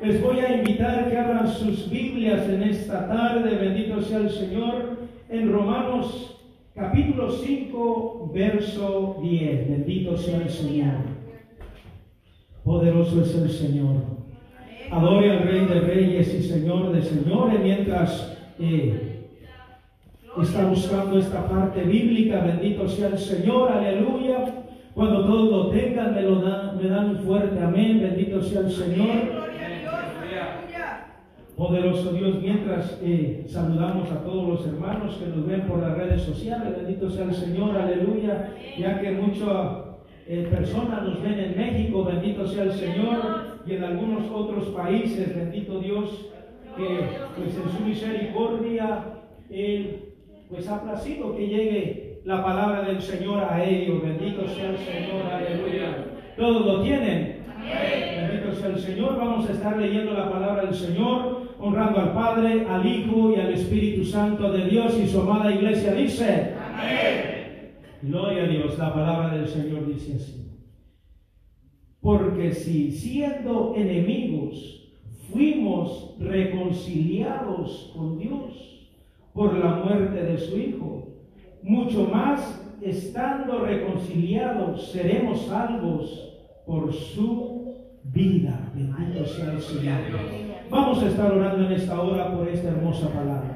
Les voy a invitar que abran sus Biblias en esta tarde, bendito sea el Señor, en Romanos capítulo 5, verso 10. Bendito sea el Señor. Poderoso es el Señor. Adore al Rey de Reyes y Señor de Señores mientras está buscando esta parte bíblica. Bendito sea el Señor, aleluya. Cuando todos lo tengan, me dan un fuerte amén. Bendito sea el Señor. Poderoso Dios, mientras saludamos a todos los hermanos que nos ven por las redes sociales. Bendito sea el Señor, aleluya. Ya que muchas personas nos ven en México, bendito sea el Señor, y en algunos otros países, bendito Dios, que pues en su misericordia pues ha placido que llegue la palabra del Señor a ellos. Bendito sea el Señor, aleluya. ¿Todos lo tienen? Bendito sea el Señor. Vamos a estar leyendo la palabra del Señor, honrando al Padre, al Hijo y al Espíritu Santo de Dios, y su amada iglesia dice: amén. Gloria a Dios. La palabra del Señor dice así: porque si siendo enemigos fuimos reconciliados con Dios por la muerte de su Hijo, mucho más estando reconciliados seremos salvos por su vida. Bendito sea el Señor. Vamos a estar orando en esta hora por esta hermosa palabra.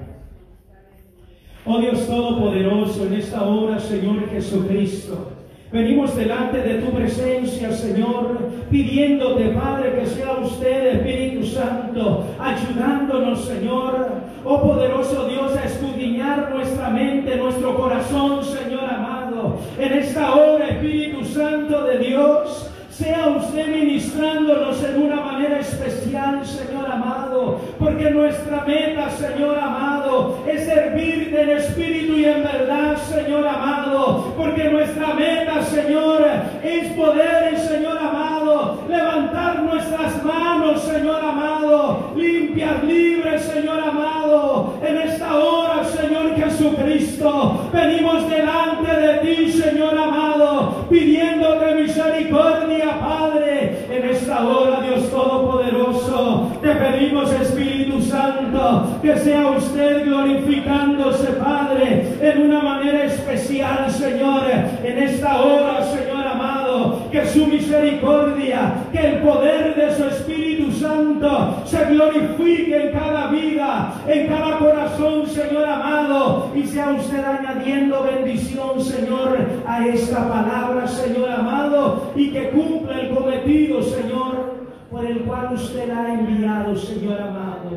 Oh Dios Todopoderoso, en esta hora, Señor Jesucristo, venimos delante de tu presencia, Señor, pidiéndote, Padre, que sea usted, Espíritu Santo, ayudándonos, Señor, oh poderoso Dios, a escudriñar nuestra mente, nuestro corazón, Señor amado. En esta hora, Espíritu Santo de Dios, sea usted ministrándonos en una manera especial, Señor amado, porque nuestra meta, Señor amado, es servirte en espíritu y en verdad, Señor amado, porque nuestra meta, Señor, es poder, Señor amado, levantar nuestras manos, Señor amado, limpias, libres, Señor amado. En esta hora, Señor Jesucristo, venimos delante de ti, Señor amado, pidiéndote misericordia, Padre. En esta hora, Dios Todopoderoso, te pedimos, Espíritu Santo, que sea usted glorificándose, Padre, en una manera especial, Señor. En esta hora, Señor amado, que su misericordia, que el poder de su Espíritu Santo se glorifique en cada vida, en cada corazón, Señor amado, y sea usted añadiendo bendición, Señor, a esta palabra, Señor amado, y que cumpla el cometido, Señor, por el cual usted la ha enviado, Señor amado.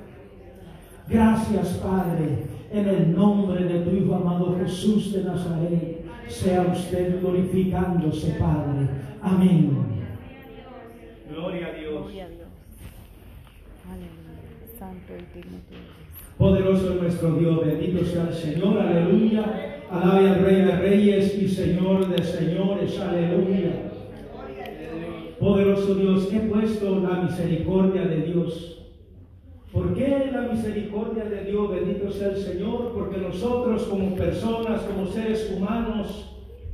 Gracias, Padre, en el nombre de tu Hijo amado Jesús de Nazaret, sea usted glorificándose, Padre. Amén. Gloria a Dios. Gloria a Dios. Aleluya. Santo y digno tú eres. Poderoso es nuestro Dios, bendito sea el Señor, aleluya. Alabe al Rey de Reyes y Señor de Señores, aleluya. Poderoso Dios, he puesto la misericordia de Dios. ¿Por qué la misericordia de Dios? Bendito sea el Señor, porque nosotros como personas, como seres humanos,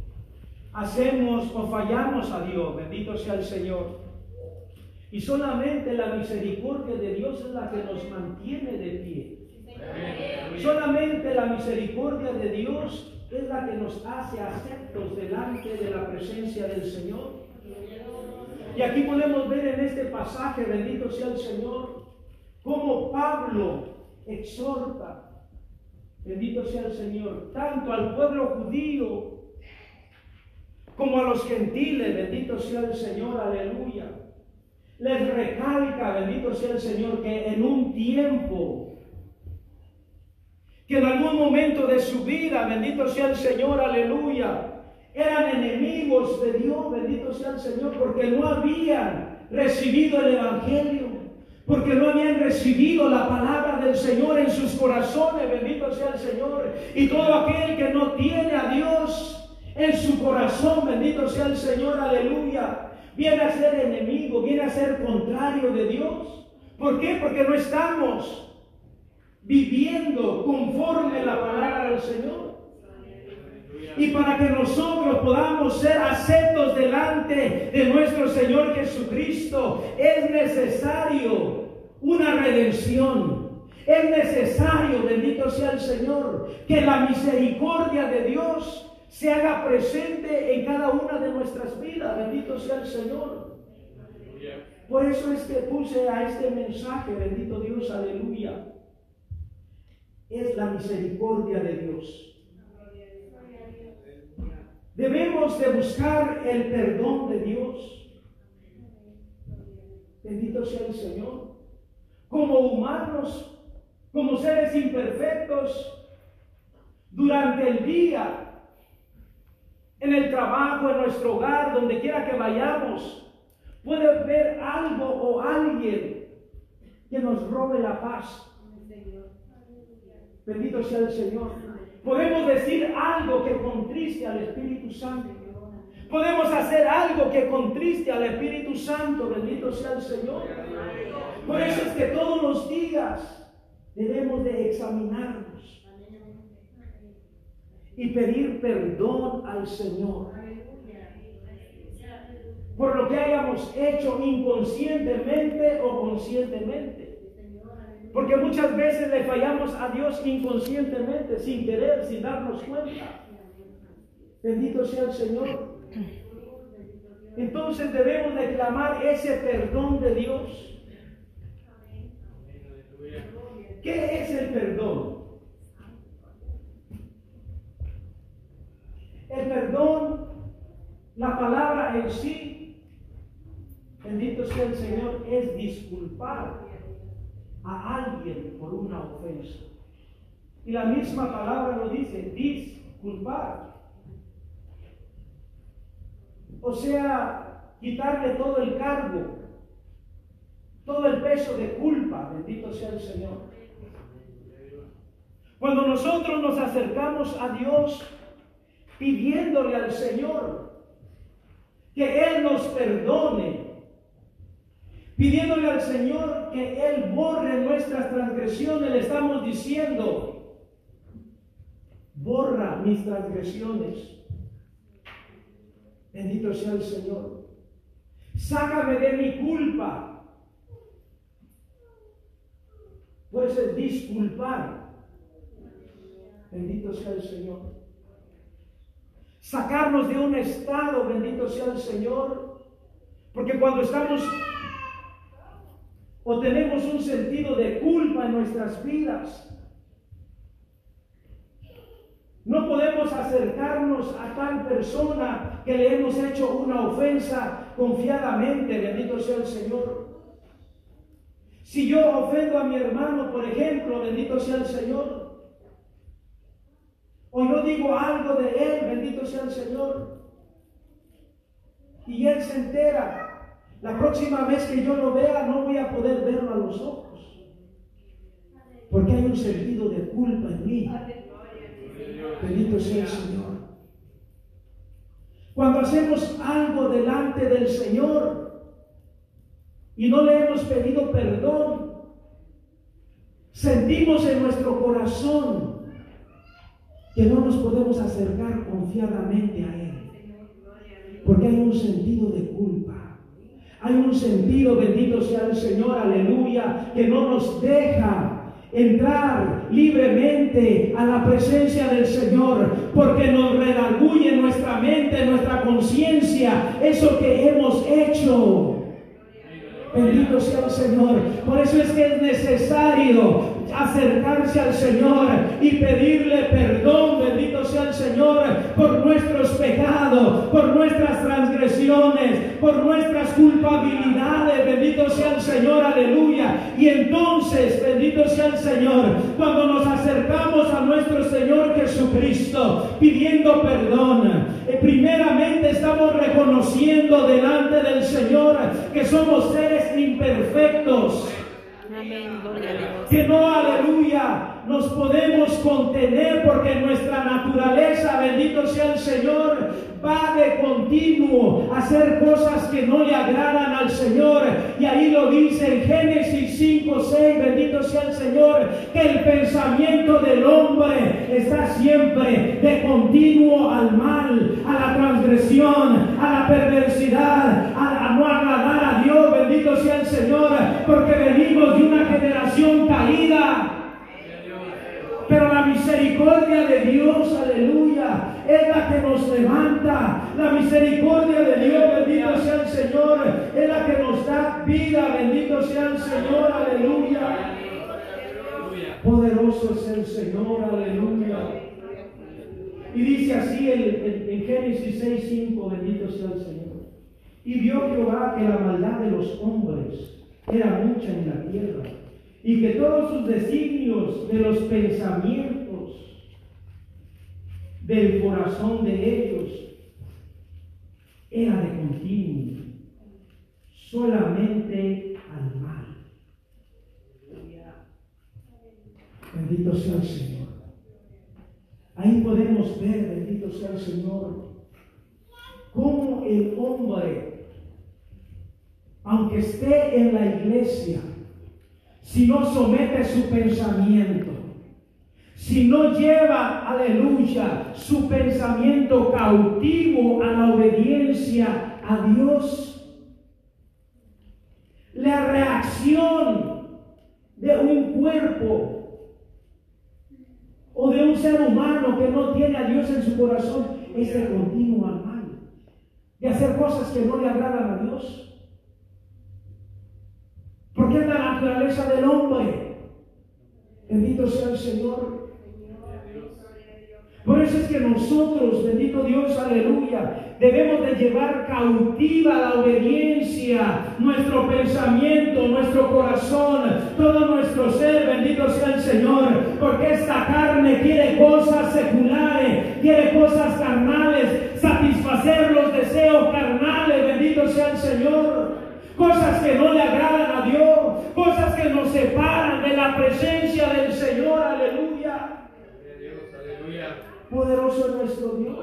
hacemos o fallamos a Dios. Bendito sea el Señor. Y solamente la misericordia de Dios es la que nos mantiene de pie. Solamente la misericordia de Dios es la que nos hace aceptos delante de la presencia del Señor. Y aquí podemos ver en este pasaje, bendito sea el Señor, cómo Pablo exhorta, bendito sea el Señor, tanto al pueblo judío como a los gentiles, bendito sea el Señor, aleluya. Les recalca, bendito sea el Señor, que en un tiempo, que en algún momento de su vida, bendito sea el Señor, aleluya, eran enemigos de Dios, bendito sea el Señor, porque no habían recibido el Evangelio, porque no habían recibido la palabra del Señor en sus corazones, bendito sea el Señor. Y todo aquel que no tiene a Dios en su corazón, bendito sea el Señor, aleluya, viene a ser enemigo, viene a ser contrario de Dios. ¿Por qué? Porque no estamos viviendo conforme la palabra del Señor. Y para que nosotros podamos ser aceptos delante de nuestro Señor Jesucristo, es necesario una redención. Es necesario, bendito sea el Señor, que la misericordia de Dios se haga presente en cada una de nuestras vidas. Bendito sea el Señor. Por eso es que puse a este mensaje, bendito Dios, aleluya. Es la misericordia de Dios. Debemos de buscar el perdón de Dios. Bendito sea el Señor. Como humanos, como seres imperfectos, durante el día, en el trabajo, en nuestro hogar, donde quiera que vayamos, puede haber algo o alguien que nos robe la paz. Bendito sea el Señor. Podemos decir algo que contriste al Espíritu Santo. Podemos hacer algo que contriste al Espíritu Santo. Bendito sea el Señor. Por eso es que todos los días debemos de examinarnos y pedir perdón al Señor por lo que hayamos hecho inconscientemente o conscientemente. Porque muchas veces le fallamos a Dios inconscientemente, sin querer, sin darnos cuenta. Bendito sea el Señor. Entonces debemos de clamar ese perdón de Dios. ¿Qué es el perdón? El perdón, la palabra en sí, bendito sea el Señor, es disculpar a alguien por una ofensa. Y la misma palabra lo dice, disculpar. O sea, quitarle todo el cargo, todo el peso de culpa, bendito sea el Señor. Cuando nosotros nos acercamos a Dios pidiéndole al Señor que Él nos perdone, pidiéndole al Señor que Él borre nuestras transgresiones, le estamos diciendo: borra mis transgresiones. Bendito sea el Señor. Sácame de mi culpa. Puedes disculpar. Bendito sea el Señor. Sacarnos de un estado, bendito sea el Señor. Porque cuando estamos o tenemos un sentido de culpa en nuestras vidas, no podemos acercarnos a tal persona que le hemos hecho una ofensa confiadamente, bendito sea el Señor. Si yo ofendo a mi hermano, por ejemplo, bendito sea el Señor, o yo digo algo de él, bendito sea el Señor, y él se entera, la próxima vez que yo lo vea no voy a poder verlo a los ojos, porque hay un sentido de culpa en mí. Bendito sea el Señor. Cuando hacemos algo delante del Señor y no le hemos pedido perdón, sentimos en nuestro corazón que no nos podemos acercar confiadamente a Él, porque hay un sentido de culpa, hay un sentido, bendito sea el Señor, aleluya, que no nos deja entrar libremente a la presencia del Señor, porque nos redarguye nuestra mente, nuestra conciencia, eso que hemos hecho. Bendito sea el Señor. Por eso es que es necesario acercarse al Señor y pedirle perdón, bendito sea el Señor, por nuestros pecados, por nuestras transgresiones, por nuestras culpabilidades, bendito sea el Señor, aleluya. Y entonces, bendito sea el Señor, cuando nos acercamos a nuestro Señor Jesucristo pidiendo perdón, primeramente estamos reconociendo delante del Señor que somos seres imperfectos. Amén, gloria a Dios. Que no, aleluya, nos podemos contener, porque nuestra naturaleza, bendito sea el Señor, va de continuo a hacer cosas que no le agradan al Señor. Y ahí lo dice en Génesis 5, 6, bendito sea el Señor, que el pensamiento del hombre está siempre de continuo al mal, a la transgresión, a la perversidad, a no agradar a Dios, bendito sea el Señor, porque venimos de una generación caída. Pero la misericordia de Dios, aleluya, es la que nos levanta. La misericordia de Dios, bendito sea el Señor, es la que nos da vida, bendito sea el Señor, aleluya. Poderoso es el Señor, aleluya. Y dice así en Génesis 6:5, bendito sea el Señor. Y vio Jehová que la maldad de los hombres era mucha en la tierra, y que todos sus designios de los pensamientos del corazón de ellos era de continuo, solamente al mal. Bendito sea el Señor. Ahí podemos ver, bendito sea el Señor, cómo el hombre, aunque esté en la iglesia, si no somete su pensamiento, si no lleva, aleluya, su pensamiento cautivo a la obediencia a Dios, la reacción de un cuerpo o de un ser humano que no tiene a Dios en su corazón es de continuo al mal, de hacer cosas que no le agradan a Dios. Porque es la naturaleza del hombre. Bendito sea el Señor. Por eso es que nosotros, bendito Dios, aleluya, debemos de llevar cautiva la obediencia, nuestro pensamiento, nuestro corazón, todo nuestro ser, bendito sea el Señor, porque esta carne quiere cosas seculares, quiere cosas carnales, satisfacer los deseos carnales, bendito sea el Señor. Cosas que no le agradan a Dios, cosas que nos separan de la presencia del Señor, aleluya. Poderoso es nuestro Dios.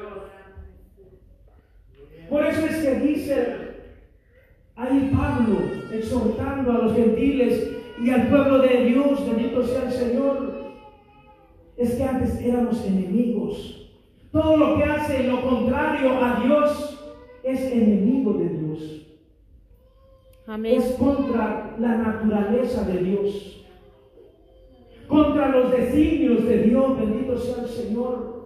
Por eso es que dice ahí Pablo, exhortando a los gentiles y al pueblo de Dios, bendito sea el Señor, es que antes éramos enemigos. Todo lo que hace lo contrario a Dios es enemigo de Dios. Amén. Es contra la naturaleza de Dios, contra los designios de Dios, bendito sea el Señor.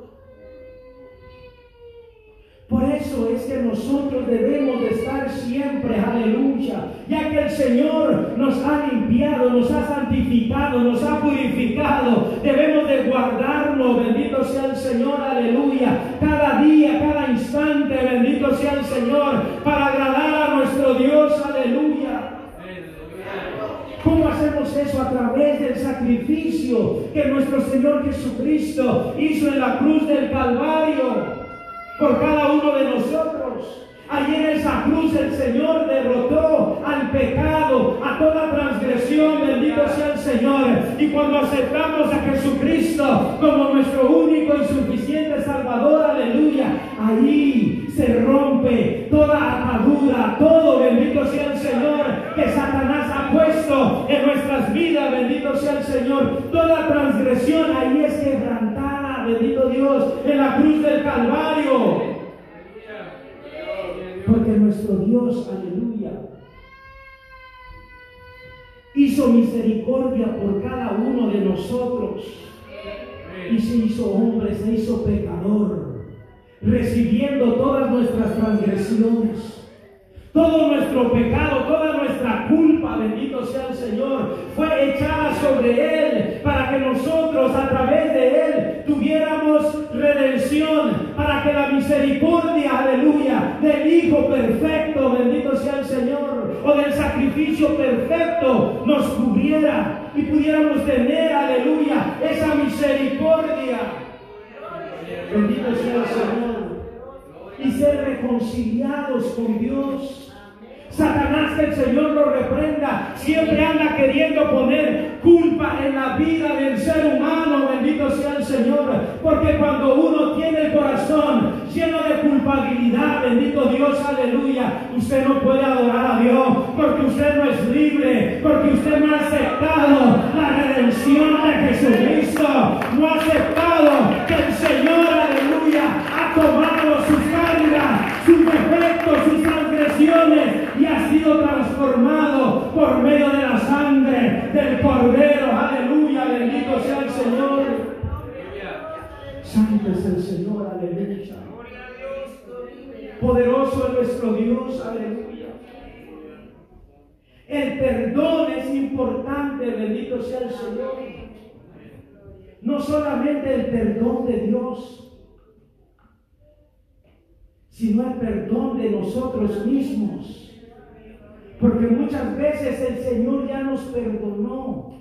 Por eso es que nosotros debemos de estar siempre, aleluya, ya que el Señor nos ha limpiado, nos ha santificado, nos ha purificado. Debemos de guardarnos, bendito sea el Señor, aleluya, cada día, cada instante, bendito sea el Señor, para agradar a nuestro Dios, aleluya. ¿Cómo hacemos eso? A través del sacrificio que nuestro Señor Jesucristo hizo en la cruz del Calvario por cada uno de nosotros. Allí en esa cruz el Señor derrotó al pecado, a toda transgresión, bendito sea el Señor. Y cuando aceptamos a Jesucristo como nuestro único y suficiente Salvador, aleluya, ahí se rompe toda atadura, todo, bendito sea el Señor, que Satanás ha puesto en nuestras vidas, bendito sea el Señor. Toda transgresión ahí es quebrantada, bendito Dios, en la cruz del Calvario. Porque nuestro Dios, aleluya, hizo misericordia por cada uno de nosotros y se hizo hombre, se hizo pecador, recibiendo todas nuestras transgresiones, todo nuestro pecado, toda nuestra culpa, bendito sea el Señor, fue echada sobre Él para que nosotros a través de Él tuviéramos redención, para que la misericordia, aleluya, del Hijo perfecto, bendito sea el Señor, o del sacrificio perfecto nos cubriera y pudiéramos tener, aleluya, esa misericordia. Bendito sea el Señor. Y ser reconciliados con Dios. Satanás, que el Señor lo reprenda, siempre anda queriendo poner culpa en la vida del ser humano, bendito sea el Señor, porque cuando uno tiene el corazón lleno de culpabilidad, bendito Dios, aleluya, usted no puede adorar a Dios, porque usted no es libre, porque usted no hace redención de Jesucristo, no ha aceptado que el Señor, aleluya, ha tomado sus cargas, sus defectos, sus transgresiones y ha sido transformado por medio de la sangre del Cordero. Aleluya, bendito sea el Señor. Santo es el Señor, aleluya. Poderoso es nuestro Dios, aleluya. El perdón es importante, bendito sea el Señor. No solamente el perdón de Dios, sino el perdón de nosotros mismos. Porque muchas veces el Señor ya nos perdonó.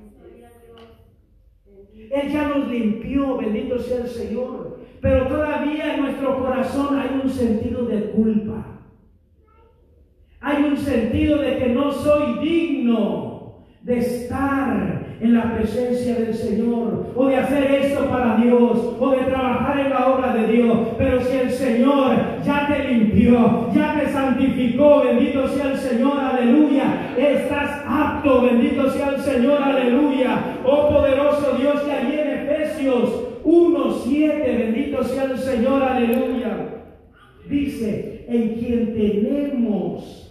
Él ya nos limpió, bendito sea el Señor. Pero todavía en nuestro corazón hay un sentido de culpa. Hay un sentido de que no soy digno de estar en la presencia del Señor, o de hacer esto para Dios, o de trabajar en la obra de Dios. Pero si el Señor ya te limpió, ya te santificó, bendito sea el Señor, aleluya, estás apto, bendito sea el Señor, aleluya. Oh poderoso Dios, que allí en Efesios 1:7, bendito sea el Señor, aleluya, dice: en quien tenemos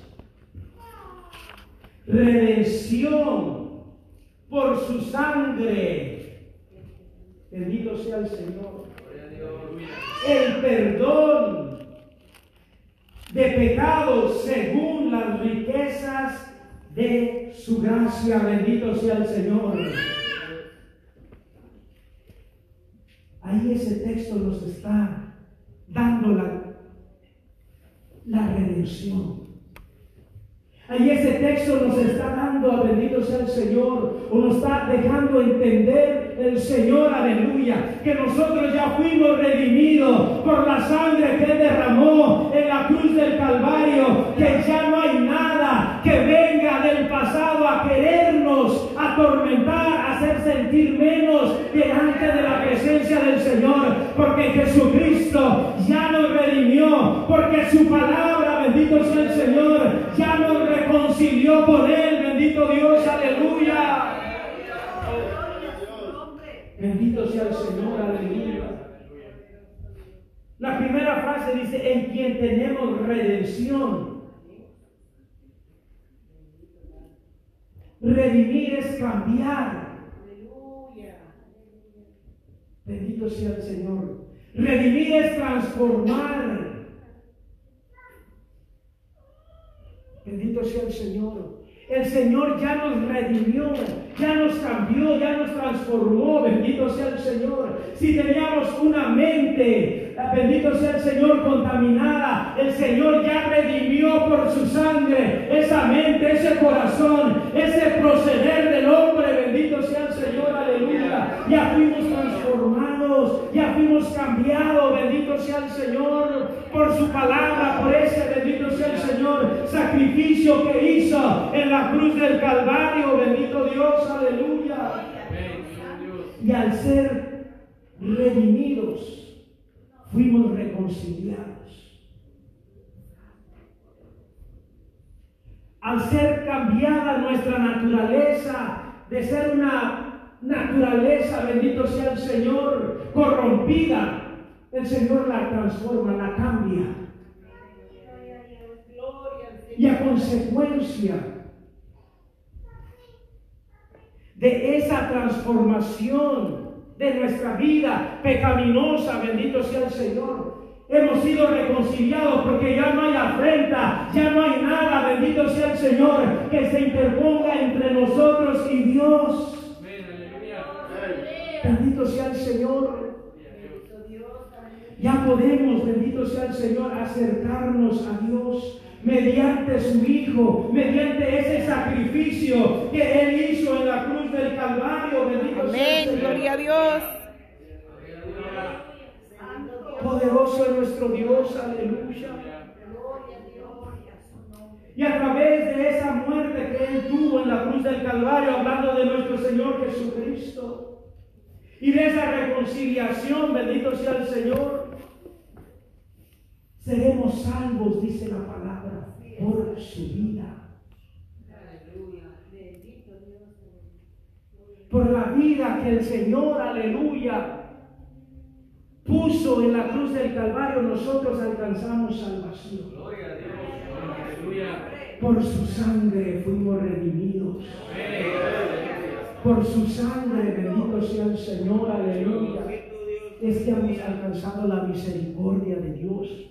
redención por su sangre. Bendito sea el Señor. El perdón de pecados según las riquezas de su gracia. Bendito sea el Señor. Ahí ese texto nos está dando la redención. Ahí ese texto nos está dando, bendito sea el Señor, o nos está dejando entender el Señor, aleluya, que nosotros ya fuimos redimidos por la sangre que Él derramó en la cruz del Calvario, que ya no hay nada que venga del pasado a querernos atormentar, a hacer sentir menos delante de la presencia del Señor, porque Jesucristo ya nos redimió, porque su palabra, bendito sea el Señor, ya nos reconcilió con Él. Bendito Dios, aleluya. Bendito sea el Señor, aleluya. La primera frase dice: en quien tenemos redención. Redimir es cambiar. Bendito sea el Señor. Redimir es transformar. Bendito sea el Señor. El Señor ya nos redimió, ya nos cambió, ya nos transformó. Bendito sea el Señor. Si teníamos una mente, bendito sea el Señor, contaminada, el Señor ya redimió por su sangre esa mente, ese corazón, ese proceder del hombre. Bendito sea el Señor, aleluya. Ya fuimos transformados, ya fuimos cambiados. Bendito sea el Señor por su palabra, por ese, bendito sea el Señor, sacrificio que hizo en la cruz del Calvario. Bendito Dios, aleluya. Y al ser redimidos, fuimos reconciliados. Al ser cambiada nuestra naturaleza, de ser una naturaleza, bendito sea el Señor, corrompida, el Señor la transforma, la cambia. Y a consecuencia de esa transformación de nuestra vida pecaminosa, bendito sea el Señor, hemos sido reconciliados, porque ya no hay afrenta, ya no hay nada, bendito sea el Señor, que se interponga entre nosotros y Dios. Bendito sea el Señor. Ya podemos, bendito sea el Señor, acercarnos a Dios mediante su Hijo, mediante ese sacrificio que Él hizo en la cruz del Calvario. Bendito sea el Señor. Gloria a Dios. Poderoso es nuestro Dios, aleluya. Y a través de esa muerte que Él tuvo en la cruz del Calvario, hablando de nuestro Señor Jesucristo, y de esa reconciliación, bendito sea el Señor, seremos salvos, dice la palabra, por su vida. por la vida que el Señor, aleluya, puso en la cruz del Calvario, nosotros alcanzamos salvación. Gloria a Dios. Aleluya. Por su sangre fuimos redimidos. Por su sangre, bendito sea el Señor, aleluya. Es que hemos alcanzado la misericordia de Dios.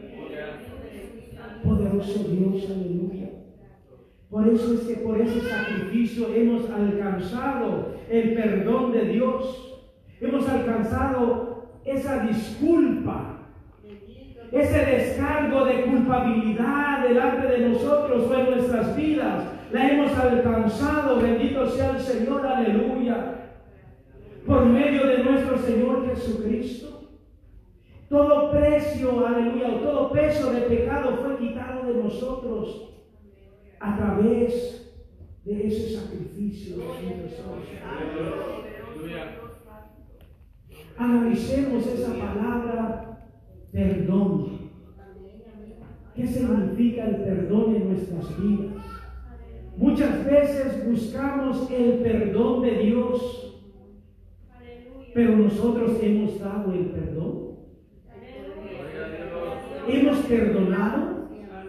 Poderoso Dios, aleluya. Por eso es que por ese sacrificio hemos alcanzado el perdón de Dios. Hemos alcanzado esa disculpa, ese descargo de culpabilidad delante de nosotros o en nuestras vidas. La hemos alcanzado, bendito sea el Señor, aleluya, por medio de nuestro Señor Jesucristo. Todo precio, aleluya, o todo peso de pecado fue quitado de nosotros a través de ese sacrificio. Analicemos esa palabra perdón. ¿Qué significa el perdón en nuestras vidas? Muchas veces buscamos el perdón de Dios, pero nosotros hemos dado el perdón. ¿Hemos perdonado?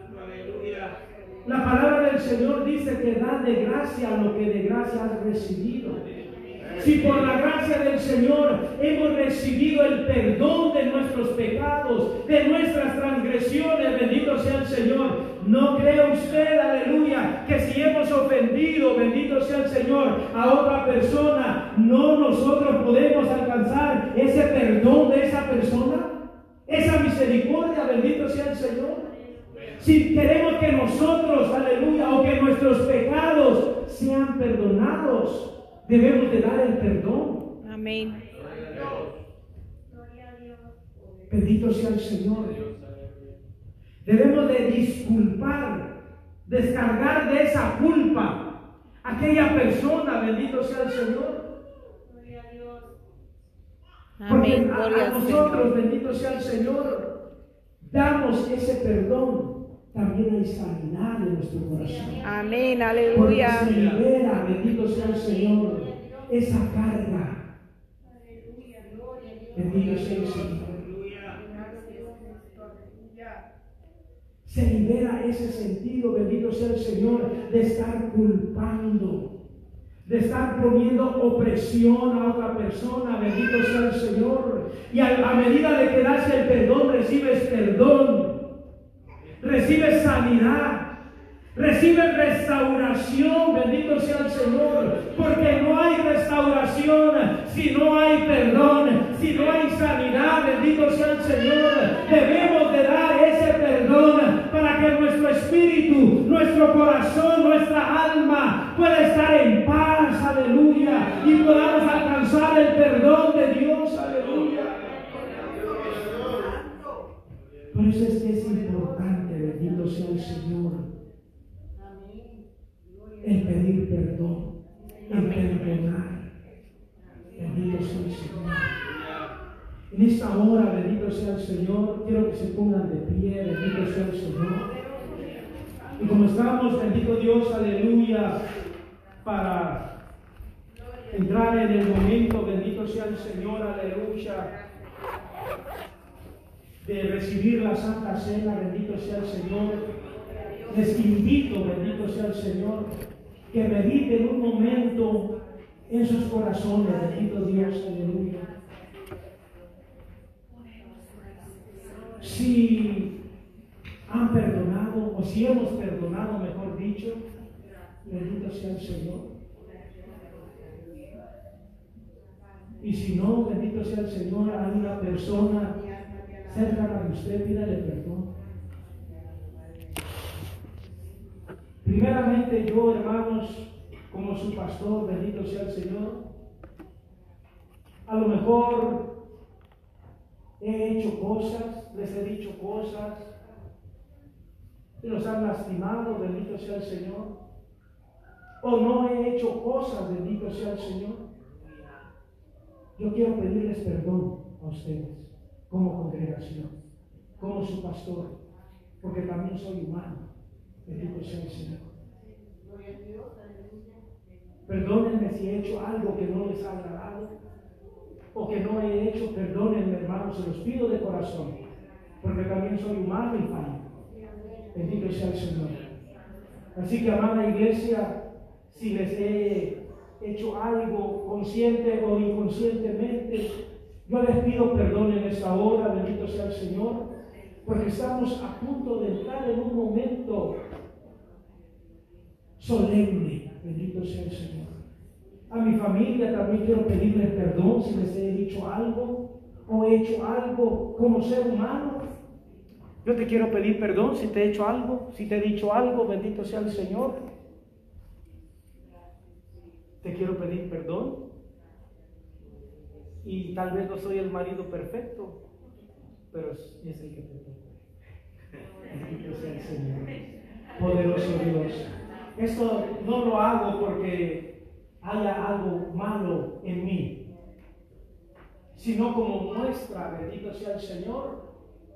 La palabra del Señor dice que da de gracia lo que de gracia has recibido. Si por la gracia del Señor hemos recibido el perdón de nuestros pecados, de nuestras transgresiones, bendito sea el Señor, no cree usted, aleluya, que si hemos ofendido, bendito sea el Señor, a otra persona, no nosotros podemos alcanzar ese perdón de esa persona, esa misericordia, bendito sea el Señor. Si queremos que nosotros, aleluya, o que nuestros pecados sean perdonados, debemos de dar el perdón. Amén. Bendito sea el Señor. Debemos de disculpar, descargar de esa culpa a aquella persona, bendito sea el Señor. Porque Amén. Gloria a al nosotros, Señor. bendito sea el Señor, damos ese perdón. También hay sanidad en nuestro corazón. Amén. Porque Aleluya. se libera, bendito sea el Señor, esa carga. Bendito sea el Señor. Se libera ese sentido, bendito sea el Señor, de estar culpando, de estar poniendo opresión a otra persona, bendito sea el Señor. Y a medida de que das el perdón, recibes perdón. Recibes sanidad, recibes restauración, bendito sea el Señor, porque no hay restauración si no hay perdón, si no hay sanidad, bendito sea el Señor. Debemos de dar ese perdón para que nuestro espíritu, nuestro corazón, nuestra alma pueda estar en paz, aleluya, y podamos alcanzar el perdón de Dios, aleluya. Por eso es que es importante, bendito sea el Señor, el pedir perdón, el perdonar. Bendito sea el Señor. En esta hora, bendito sea el Señor, quiero que se pongan de pie, bendito sea el Señor. Y como estamos, bendito Dios, aleluya, para entrar en el momento, bendito sea el Señor, aleluya, de recibir la Santa Cena, bendito sea el Señor. Les invito, bendito sea el Señor, que mediten un momento en sus corazones, bendito Dios, aleluya. Si han perdonado, o si hemos perdonado, mejor dicho, bendito sea el Señor. Y si no, bendito sea el Señor, hay una persona cerca de usted, pídale perdón. Primeramente yo, hermanos, como su pastor, bendito sea el Señor, a lo mejor he hecho cosas, les he dicho cosas, y los han lastimado, bendito sea el Señor, o no he hecho cosas, bendito sea el Señor. Yo quiero pedirles perdón a ustedes, como congregación, como su pastor, porque también soy humano, bendito sea el Señor. Perdónenme perdónenme si he hecho algo que no les ha agradado o que no he hecho. Perdónenme, hermanos, se los pido de corazón, porque también soy humano y fallo. Bendito sea el Señor. Así que, amada iglesia, si les he hecho algo consciente o inconscientemente, yo les pido perdón en esta hora. Bendito sea el Señor, porque estamos a punto de entrar en un momento solemne. Bendito sea el Señor. A mi familia también quiero pedirles perdón si les he dicho algo o he hecho algo como ser humano. Yo te quiero pedir perdón si te he hecho algo, si te he dicho algo. Bendito sea el Señor. Te quiero pedir perdón. Y tal vez no soy el marido perfecto, pero es el que te toca. Bendito sea el Señor. Poderoso Dios. Esto no lo hago porque haya algo malo en mí, sino como muestra, bendito sea el Señor,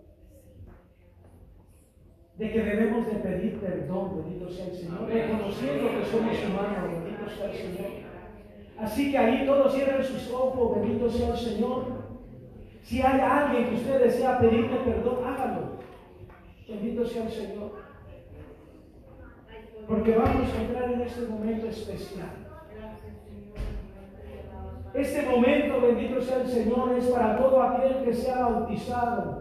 de que debemos de pedir perdón. Bendito sea el Señor, reconociendo que somos humanos. Bendito sea el Señor. Así que ahí todos cierren sus ojos. Bendito sea el Señor. Si hay alguien que usted desea pedirle perdón, hágalo. Bendito sea el Señor, porque vamos a entrar en este momento especial. Este momento, bendito sea el Señor, es para todo aquel que sea bautizado,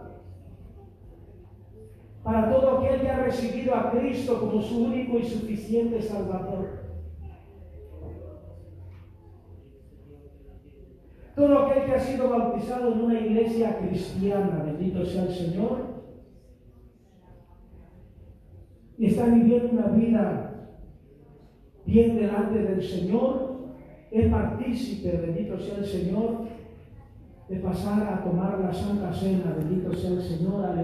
para todo aquel que ha recibido a Cristo como su único y suficiente Salvador. Todo aquel que ha sido bautizado en una iglesia cristiana, bendito sea el Señor, y está viviendo una vida bien delante del Señor, es partícipe, bendito sea el Señor, de pasar a tomar la Santa Cena. Bendito sea el Señor.